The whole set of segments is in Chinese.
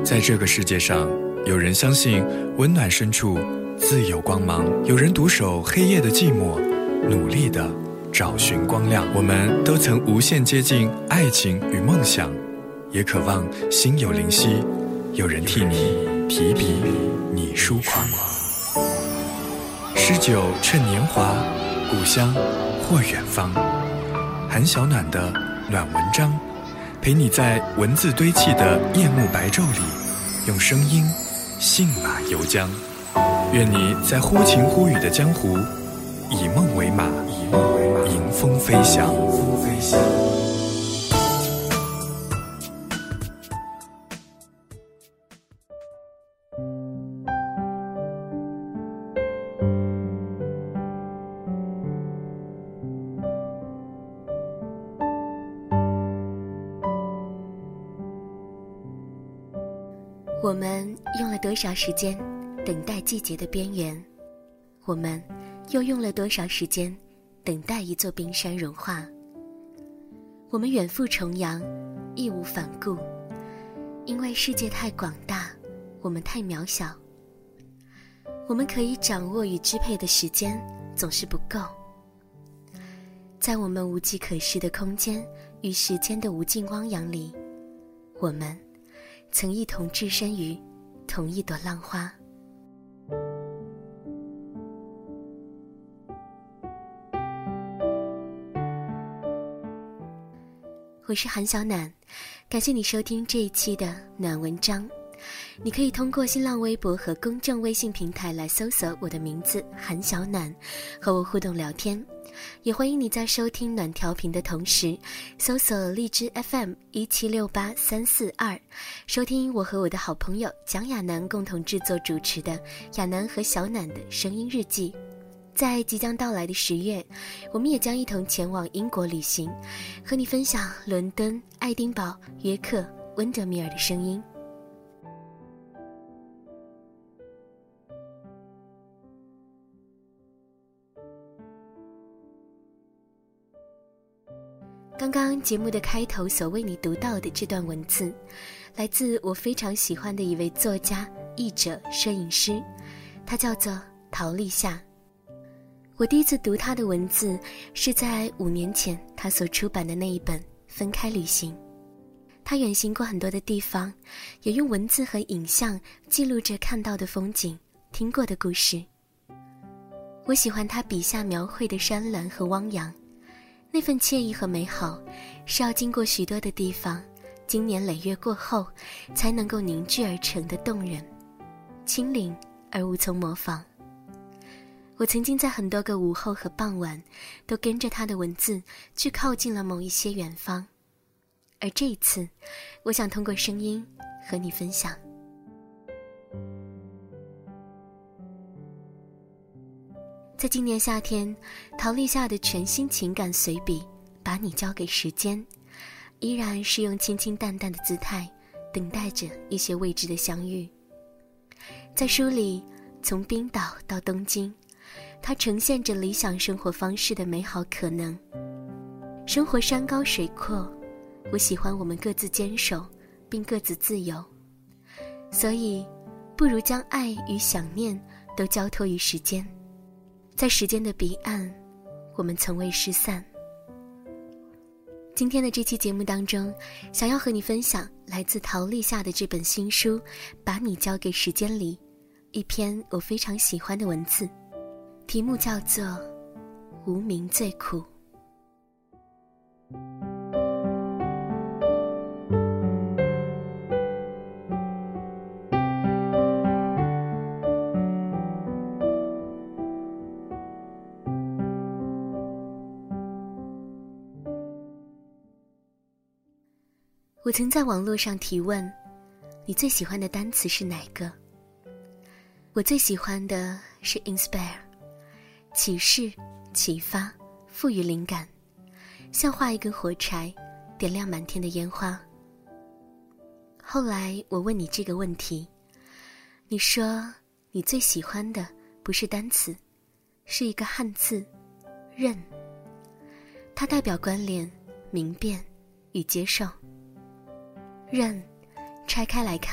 在这个世界上，有人相信温暖深处自有光芒，有人独守黑夜的寂寞，努力地找寻光亮。我们都曾无限接近爱情与梦想，也渴望心有灵犀，有人替你提笔你疏狂。诗酒趁年华，故乡或远方。韩小暖的暖文章，陪你在文字堆砌的夜幕白昼里，用声音信马由缰。愿你在忽晴忽雨的江湖，以梦为马，迎风飞翔。 我们用了多少时间等待季节的边缘？我们又用了多少时间等待一座冰山融化？我们远赴重洋，义无反顾，因为世界太广大，我们太渺小。我们可以掌握与支配的时间总是不够。在我们无计可施的空间与时间的无尽汪洋里，我们曾一同置身于同一朵浪花。我是韩小暖，感谢你收听这一期的暖文章。你可以通过新浪微博和公众微信平台来搜索我的名字韩小暖，和我互动聊天。也欢迎你在收听暖调频的同时，搜索荔枝 FM1768342，收听我和我的好朋友蒋亚楠共同制作主持的亚楠和小暖的声音日记。在即将到来的10月，我们也将一同前往英国旅行，和你分享伦敦、爱丁堡、约克、温德米尔的声音。刚刚节目的开头所为你读到的这段文字，来自我非常喜欢的一位作家、译者、摄影师，他叫做陶立夏。我第一次读他的文字是在5年前他所出版的那一本《分开旅行》。他远行过很多的地方，也用文字和影像记录着看到的风景、听过的故事。我喜欢他笔下描绘的山峦和汪洋，那份惬意和美好，是要经过许多的地方，经年累月过后，才能够凝聚而成的动人、清灵而无从模仿。我曾经在很多个午后和傍晚，都跟着他的文字去靠近了某一些远方，而这一次，我想通过声音和你分享。在今年夏天，陶立夏的全新情感随笔《把你交给时间》，依然是用清清淡淡的姿态，等待着一些未知的相遇。在书里，从冰岛到东京，它呈现着理想生活方式的美好可能。生活山高水阔，我喜欢我们各自坚守，并各自自由。所以，不如将爱与想念都交托于时间。在时间的彼岸，我们从未失散。今天的这期节目当中，想要和你分享来自陶立夏的这本新书《把你交给时间》里一篇我非常喜欢的文字，题目叫做《无名最苦》。我曾在网络上提问，你最喜欢的单词是哪个？我最喜欢的是 inspire， 启示、启发、赋予灵感，像画一根火柴，点亮满天的烟花。后来我问你这个问题，你说你最喜欢的不是单词，是一个汉字认，它代表关联、明辨与接受。认，拆开来看，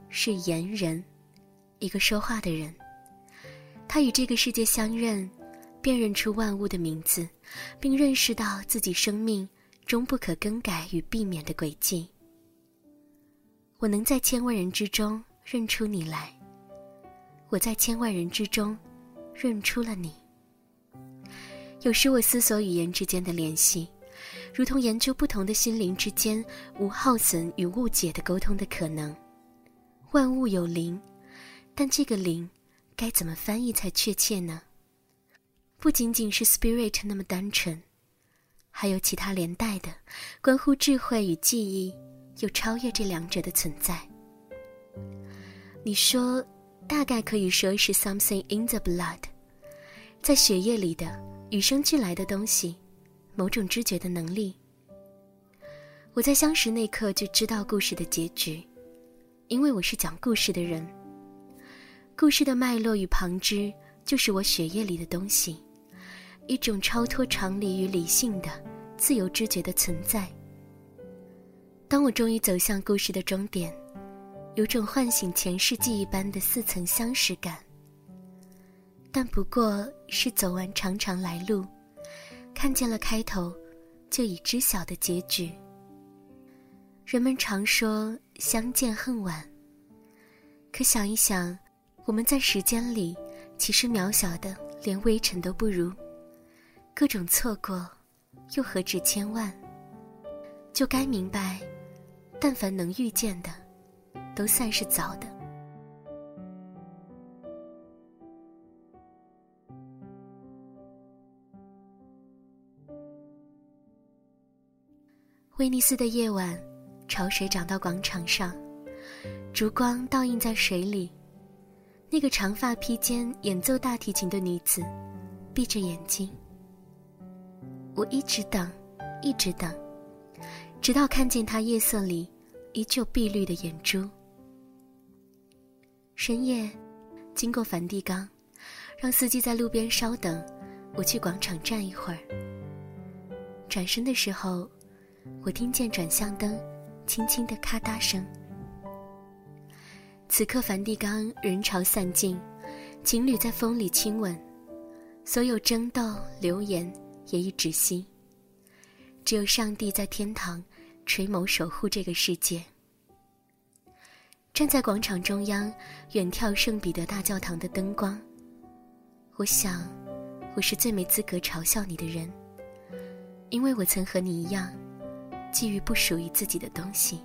是言人，一个说话的人。他与这个世界相认，辨认出万物的名字，并认识到自己生命终不可更改与避免的轨迹。我能在千万人之中认出你来，我在千万人之中认出了你。有时我思索语言之间的联系，如同研究不同的心灵之间无耗损与误解的沟通的可能。万物有灵，但这个灵该怎么翻译才确切呢？不仅仅是 spirit 那么单纯，还有其他连带的关乎智慧与记忆又超越这两者的存在。你说大概可以说是 something in the blood， 在血液里的与生俱来的东西，某种知觉的能力。我在相识那刻就知道故事的结局，因为我是讲故事的人。故事的脉络与旁支就是我血液里的东西，一种超脱常理与理性的自由知觉的存在。当我终于走向故事的终点，有种唤醒前世记忆般的似曾相识感，但不过是走完长长来路，看见了开头，就已知晓的结局。人们常说相见恨晚，可想一想，我们在时间里其实渺小的连微尘都不如，各种错过又何止千万，就该明白，但凡能遇见的都算是早的。威尼斯的夜晚，潮水涨到广场上，烛光倒映在水里。那个长发披肩演奏大提琴的女子闭着眼睛，我一直等，一直等，直到看见她夜色里依旧碧绿的眼珠。深夜经过梵蒂冈，让司机在路边稍等，我去广场站一会儿。转身的时候，我听见转向灯轻轻的咔嗒声。此刻梵蒂冈人潮散尽，情侣在风里亲吻，所有争斗流言也已止息，只有上帝在天堂垂眸守护这个世界。站在广场中央，远眺圣彼得大教堂的灯光，我想我是最没资格嘲笑你的人，因为我曾和你一样觊觎不属于自己的东西。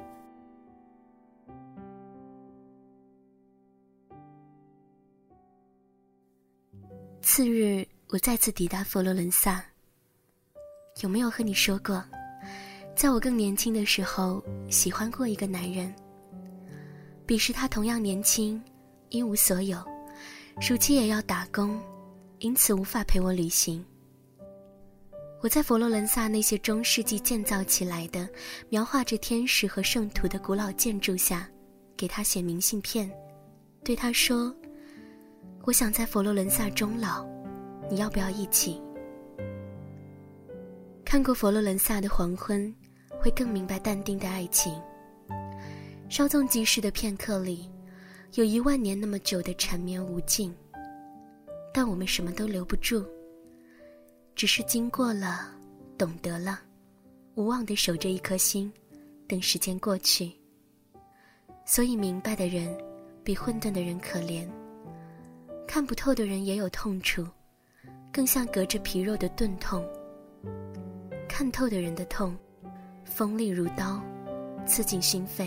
次日，我再次抵达佛罗伦萨。有没有和你说过，在我更年轻的时候喜欢过一个男人？彼时他同样年轻，一无所有，暑期也要打工，因此无法陪我旅行。我在佛罗伦萨那些中世纪建造起来的描画着天使和圣徒的古老建筑下，给他写明信片，对他说，我想在佛罗伦萨终老，你要不要一起？看过佛罗伦萨的黄昏，会更明白淡定的爱情。稍纵即逝的片刻里，有10000年那么久的缠绵无尽，但我们什么都留不住，只是经过了，懂得了，无望地守着一颗心，等时间过去。所以明白的人比混沌的人可怜，看不透的人也有痛楚，更像隔着皮肉的钝痛。看透的人的痛，锋利如刀，刺进心肺。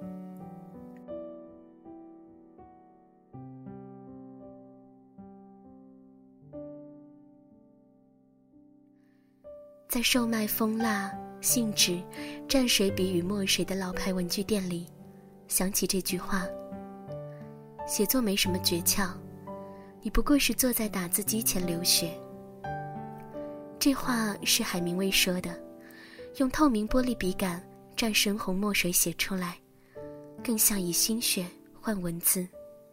在售卖蜂蜡、信纸、蘸水笔与墨水的老牌文具店里，想起这句话：写作没什么诀窍，你不过是坐在打字机前流血。这话是海明威说的，用透明玻璃笔杆蘸深红墨水写出来，更像以心血换文字。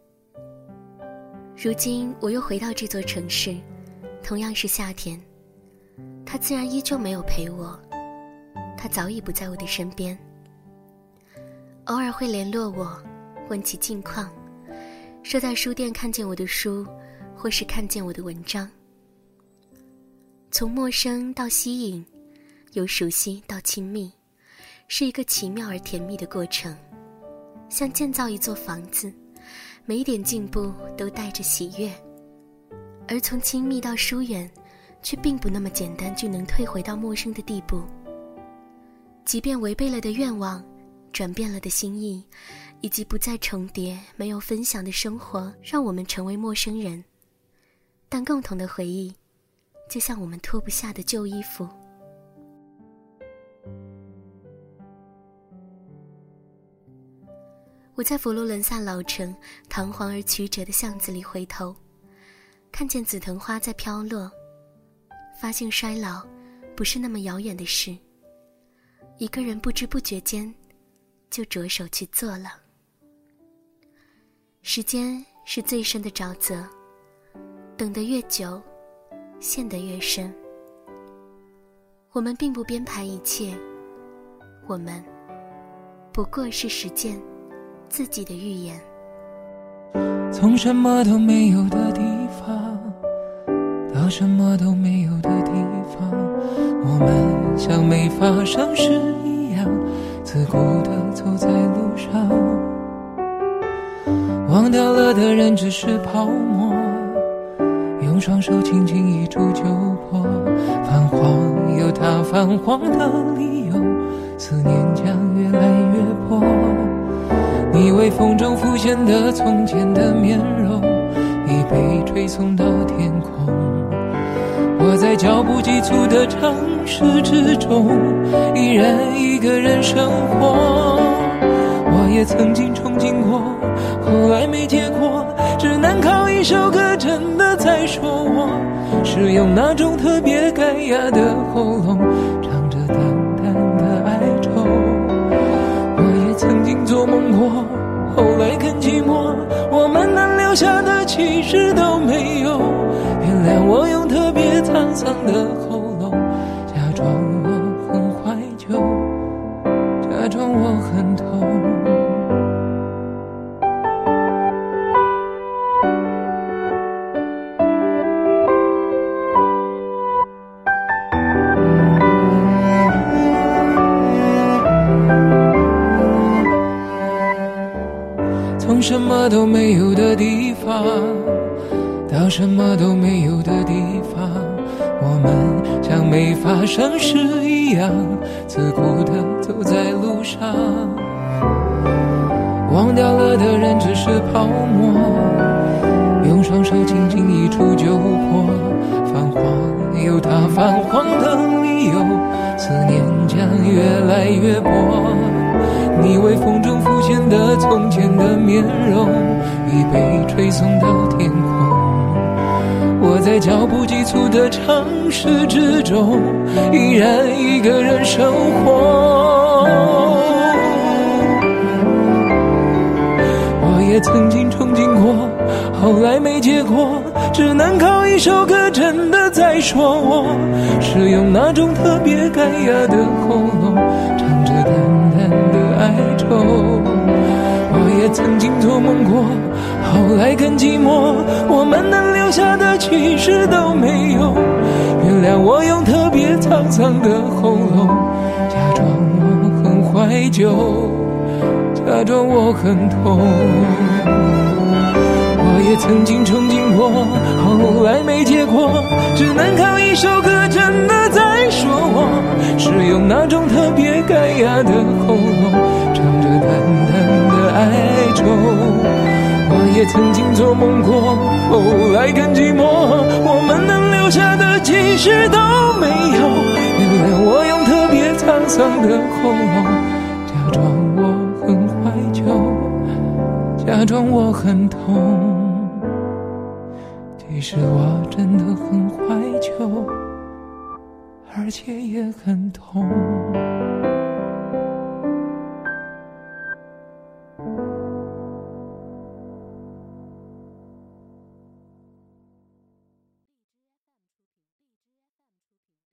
如今我又回到这座城市，同样是夏天，他自然依旧没有陪我，他早已不在我的身边。偶尔会联络我， 问起近况，说在书店看见我的书，或是看见我的文章。从陌生到吸引，由熟悉到亲密，是一个奇妙而甜蜜的过程，像建造一座房子，每一点进步都带着喜悦。而从亲密到疏远，却并不那么简单就能退回到陌生的地步。即便违背了的愿望，转变了的心意，以及不再重叠、没有分享的生活，让我们成为陌生人，但共同的回忆就像我们脱不下的旧衣服。我在佛罗伦萨老城堂皇而曲折的巷子里回头，看见紫藤花在飘落，发现衰老不是那么遥远的事，一个人不知不觉间就着手去做了。时间是最深的沼泽，等得越久，陷得越深。我们并不编排一切，我们不过是实践自己的预言。 从什么都没有的地方到什么都没有的地方，我们像没发生事一样自顾地走在路上，忘掉了的人只是泡沫，用双手轻轻一触就破。泛黄有它泛黄的理由，思念将越来越薄。你微风中浮现的从前的面容，已被吹送到天空。我在脚步急促的城市之中，依然一个人生活。我也曾经憧憬过，后来没结果，只能靠一首歌真的在说我，是用那种特别干哑的喉咙唱着淡淡的哀愁。我也曾经做梦过，后来更寂寞，我们能留下的其实都没有。原谅我用特别沧桑的喉咙，假装我很怀旧，假装我很痛。从什么都没有的地方到什么都没有的地方，我们像没发生事一样自顾地走在路上，忘掉了的人只是泡沫，用双手轻轻一触就破。泛黄有它泛黄的理由，思念将越来越薄。你微风中浮现的从前的面容，已被吹送到天空。我在脚步急促的城市之中，依然一个人生活。我也曾经憧憬过，后来没结果，只能靠一首歌真的在说我，是用那种特别干哑的喉咙唱着淡淡的哀愁。我也曾经做梦过，后来更寂寞，我们能留下的其实都没有。原谅我用特别沧桑的喉咙，假装我很怀旧，假装我很痛。我也曾经憧憬过，后来没结果，只能靠一首歌真的在说我，是用那种特别干哑的喉咙唱着淡淡的哀愁。我也曾经做梦过，后来更寂寞，我们能留下的其实都没有。原谅我用特别沧桑的喉咙，假装我很怀旧，假装我很痛。其实我真的很怀旧，而且也很痛。